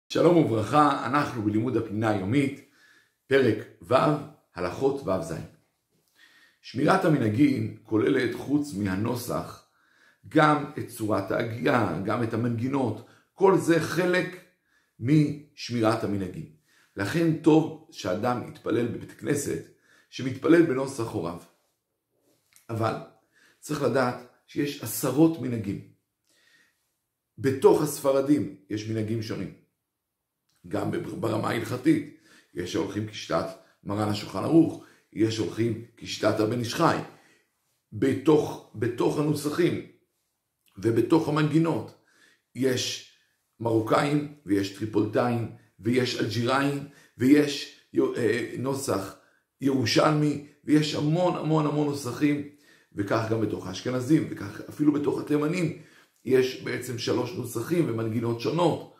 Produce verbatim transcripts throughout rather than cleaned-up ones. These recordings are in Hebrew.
שלום וברכה, אנחנו בלימוד הפנינה היומית, פרק ו', הלכות ו' ז'. שמירת המנהגים כוללת חוץ מהנוסח גם את צורת ההגייה, גם את המנגינות, כל זה חלק משמירת המנהגים. לכן טוב שאדם יתפלל בבית כנסת שמתפלל בנוסח הוריו. אבל צריך לדעת שיש עשרות מנהגים. בתוך הספרדים יש מנהגים שונים. גם ברמה ההלכתית, יש שהולכים כשיטת מרן השולחן ערוך, יש שהולכים כשיטת הבן איש חי. בתוך, בתוך הנוסחים ובתוך המנגינות יש מרוקאים ויש טריפולטאים ויש אלג'יראים ויש אה, נוסח ירושלמי ויש המון המון המון נוסחים, וכך גם בתוך האשכנזים וכך אפילו בתוך התימנים יש בעצם שלוש נוסחים ומנגינות שונות.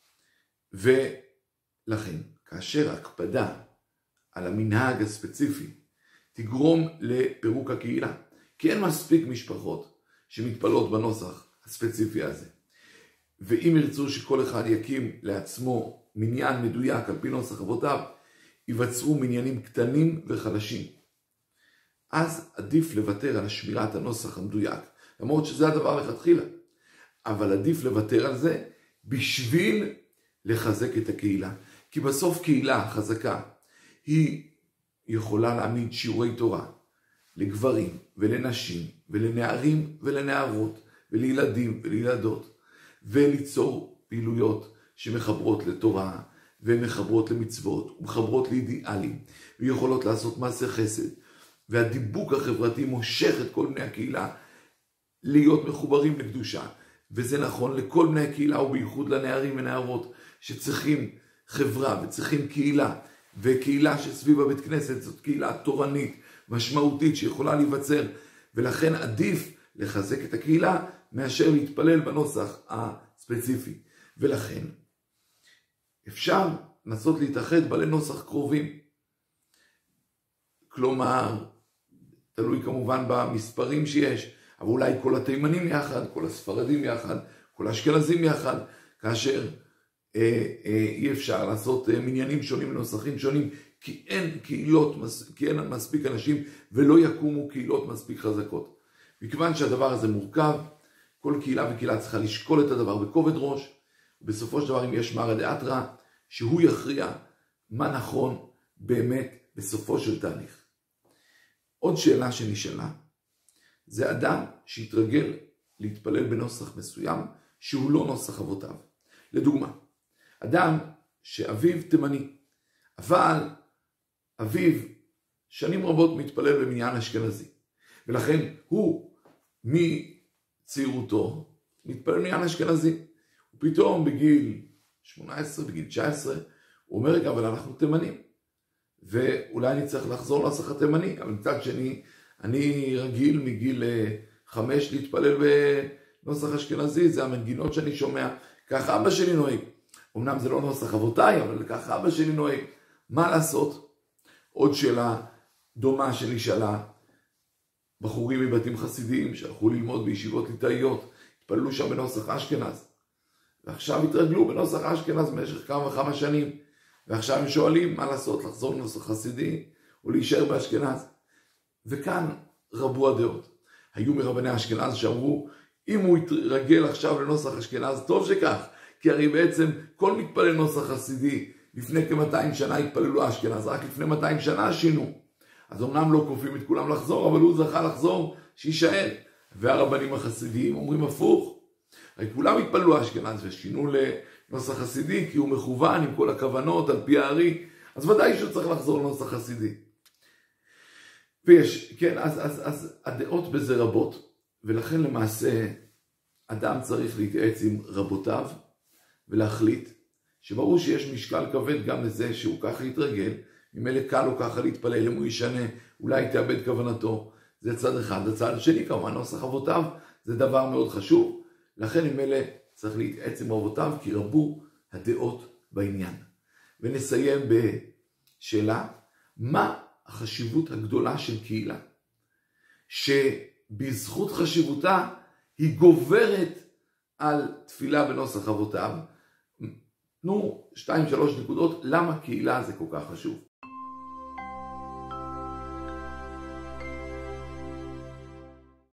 ולכן, כאשר ההקפדה על המנהג הספציפי תגרום לפירוק הקהילה, כי אין מספיק משפחות שמתפלות בנוסח הספציפי הזה, ואם ירצו שכל אחד יקים לעצמו מניין מדויק על פי נוסח אבותיו, ייווצרו מניינים קטנים וחלשים. אז עדיף לוותר על שמירת הנוסח המדויק, למרות שזה הדבר לכתחילה, אבל עדיף לוותר על זה בשביל לחזק את הקהילה. כי בסוף קהילה חזקה היא יכולה להעמיד שיעורי תורה לגברים ולנשים ולנערים ולנערות ולילדים ולילדות, וליצור פעילויות שמחברות לתורה ומחברות למצוות ומחברות לאידיאלים ויכולות לעשות מעשה חסד, והדיבוק החברתי מושך את כל בני הקהילה להיות מחוברים לקדושה. וזה נכון לכל בני הקהילה, ובייחוד לנערים ונערות שצריכים חברה וצריכים קהילה, וקהילה שסביב הבית כנסת זאת קהילה תורנית משמעותית שיכולה להיווצר, ולכן עדיף לחזק את הקהילה מאשר להתפלל בנוסח הספציפי. ולכן אפשר לנסות להתאחד בעלי נוסח קרובים, כלומר תלוי כמובן במספרים שיש, אבל אולי כל התימנים יחד, כל הספרדים יחד, כל האשכנזים יחד, כאשר אה, אה, אי אפשר לעשות אה, מניינים שונים ונוסחים שונים, כי אין קהילות, כי אין מספיק אנשים ולא יקומו קהילות מספיק חזקות. מכיוון שהדבר הזה מורכב, כל קהילה וקהילה צריכה לשקול את הדבר בכובד ראש, ובסופו של דבר אם יש מרא דאתרא, שהוא יכריע מה נכון באמת בסופו של תהליך. עוד שאלה שנשאלה, זה אדם שהתרגל להתפלל בנוסח מסוים שהוא לא נוסח אבותיו. לדוגמה, אדם שאביו תימני, אבל אביו שנים רבות מתפלל במניין אשכנזי, ולכן הוא מצעירותו מתפלל במניין אשכנזי, ופתאום בגיל שמונה עשרה, בגיל תשע עשרה, הוא אומר רגע, אבל אנחנו תימנים, ואולי אני צריך לחזור לנוסח התימני, אבל מצד שני, אני רגיל מגיל חמש להתפלל בנוסח אשכנזי, זה המנגינות שאני שומע, ככה אבא שלי נוהג. אמנם זה לא נוסח אבותיי, אבל ככה אבא שלי נוהג. מה לעשות? עוד שאלה דומה שנשאלה, בחורים מבתים חסידיים שהלכו ללמוד בישיבות ליטאיות, התפללו שם בנוסח אשכנז, ועכשיו התרגלו בנוסח אשכנז במשך כמה וכמה שנים, ועכשיו הם שואלים מה לעשות, לחזור לנוסח חסידי או להישאר באשכנז. וכאן רבו הדעות. היו מרבני אשכנז שאמרו, אם הוא יתרגל עכשיו לנוסח אשכנז, טוב שכך, כי הרי בעצם כל מתפלל נוסח חסידי לפני כ-מאתיים שנה התפללו אשכנז, רק לפני מאתיים שנה שינו. אז אמנם לא כופים את כולם לחזור, אבל הוא זכה לחזור, שישאר. והרבנים החסידיים אומרים הפוך, הרי כולם התפללו אשכנז ושינו לנוסח חסידי, כי הוא מכוון עם כל הכוונות על פי הארי, אז ודאי שהוא צריך לחזור לנוסח חסידי. ויש, כן, אז, אז, אז הדעות בזה רבות, ולכן למעשה אדם צריך להתייעץ עם רבותיו ולהחליט שברור שיש משקל כבד גם לזה שהוא ככה יתרגל, ממילא קל לו ככה להתפלל, אם הוא ישנה אולי תאבד כוונתו, זה צד אחד. הצד השני כמובן נוסח אבותיו זה דבר מאוד חשוב, לכן ממילא צריך להתייעץ עם רבותיו כי רבו הדעות בעניין. ונסיים בשאלה, מה החשיבות הגדולה של קהילה, שבזכות חשיבותה היא גוברת על תפילה בנוסח אבותיו, תנו שתיים שלוש נקודות למה קהילה זה כל כך חשוב.